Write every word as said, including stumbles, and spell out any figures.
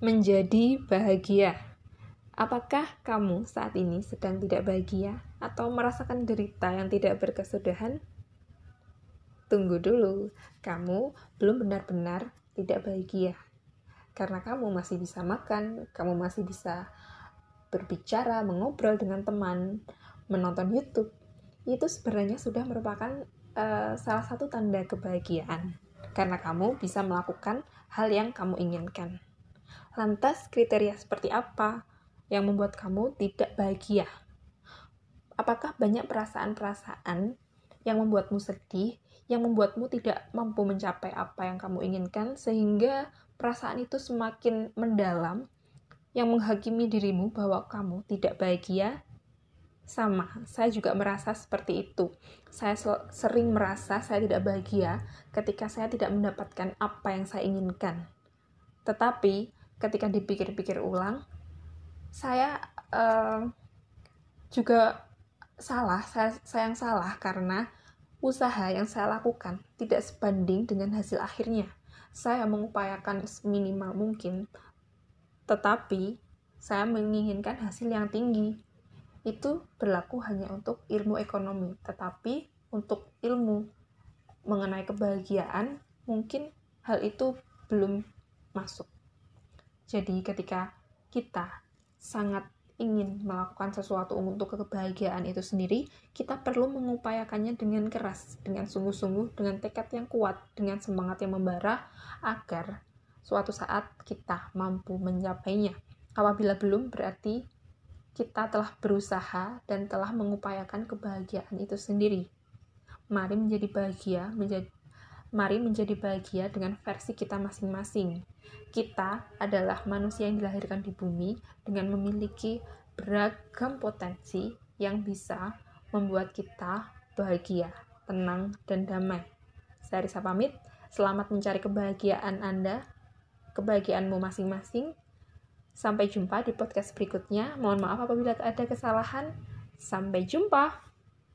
Menjadi bahagia. Apakah kamu saat ini sedang tidak bahagia atau merasakan derita yang tidak berkesudahan? Tunggu dulu, kamu belum benar-benar tidak bahagia. Karena kamu masih bisa makan, kamu masih bisa berbicara, mengobrol dengan teman, menonton YouTube. Itu sebenarnya sudah merupakan uh, salah satu tanda kebahagiaan. Karena kamu bisa melakukan hal yang kamu inginkan. Lantas, kriteria seperti apa yang membuat kamu tidak bahagia? Apakah banyak perasaan-perasaan yang membuatmu sedih, yang membuatmu tidak mampu mencapai apa yang kamu inginkan, sehingga perasaan itu semakin mendalam, yang menghakimi dirimu bahwa kamu tidak bahagia? Sama, saya juga merasa seperti itu. Saya sering merasa saya tidak bahagia ketika saya tidak mendapatkan apa yang saya inginkan. Tetapi, ketika dipikir-pikir ulang, saya uh, juga salah, saya, saya yang salah karena usaha yang saya lakukan tidak sebanding dengan hasil akhirnya. Saya mengupayakan seminimal mungkin, tetapi saya menginginkan hasil yang tinggi. Itu berlaku hanya untuk ilmu ekonomi, tetapi untuk ilmu mengenai kebahagiaan, mungkin hal itu belum masuk. Jadi ketika kita sangat ingin melakukan sesuatu untuk kebahagiaan itu sendiri, kita perlu mengupayakannya dengan keras, dengan sungguh-sungguh, dengan tekad yang kuat, dengan semangat yang membara, agar suatu saat kita mampu mencapainya. Apabila belum, berarti kita telah berusaha dan telah mengupayakan kebahagiaan itu sendiri. Mari menjadi bahagia, menjadi Mari menjadi bahagia dengan versi kita masing-masing. Kita adalah manusia yang dilahirkan di bumi dengan memiliki beragam potensi yang bisa membuat kita bahagia, tenang, dan damai. Saya Risa pamit, selamat mencari kebahagiaan Anda, kebahagiaanmu masing-masing. Sampai jumpa di podcast berikutnya. Mohon maaf apabila ada kesalahan. Sampai jumpa.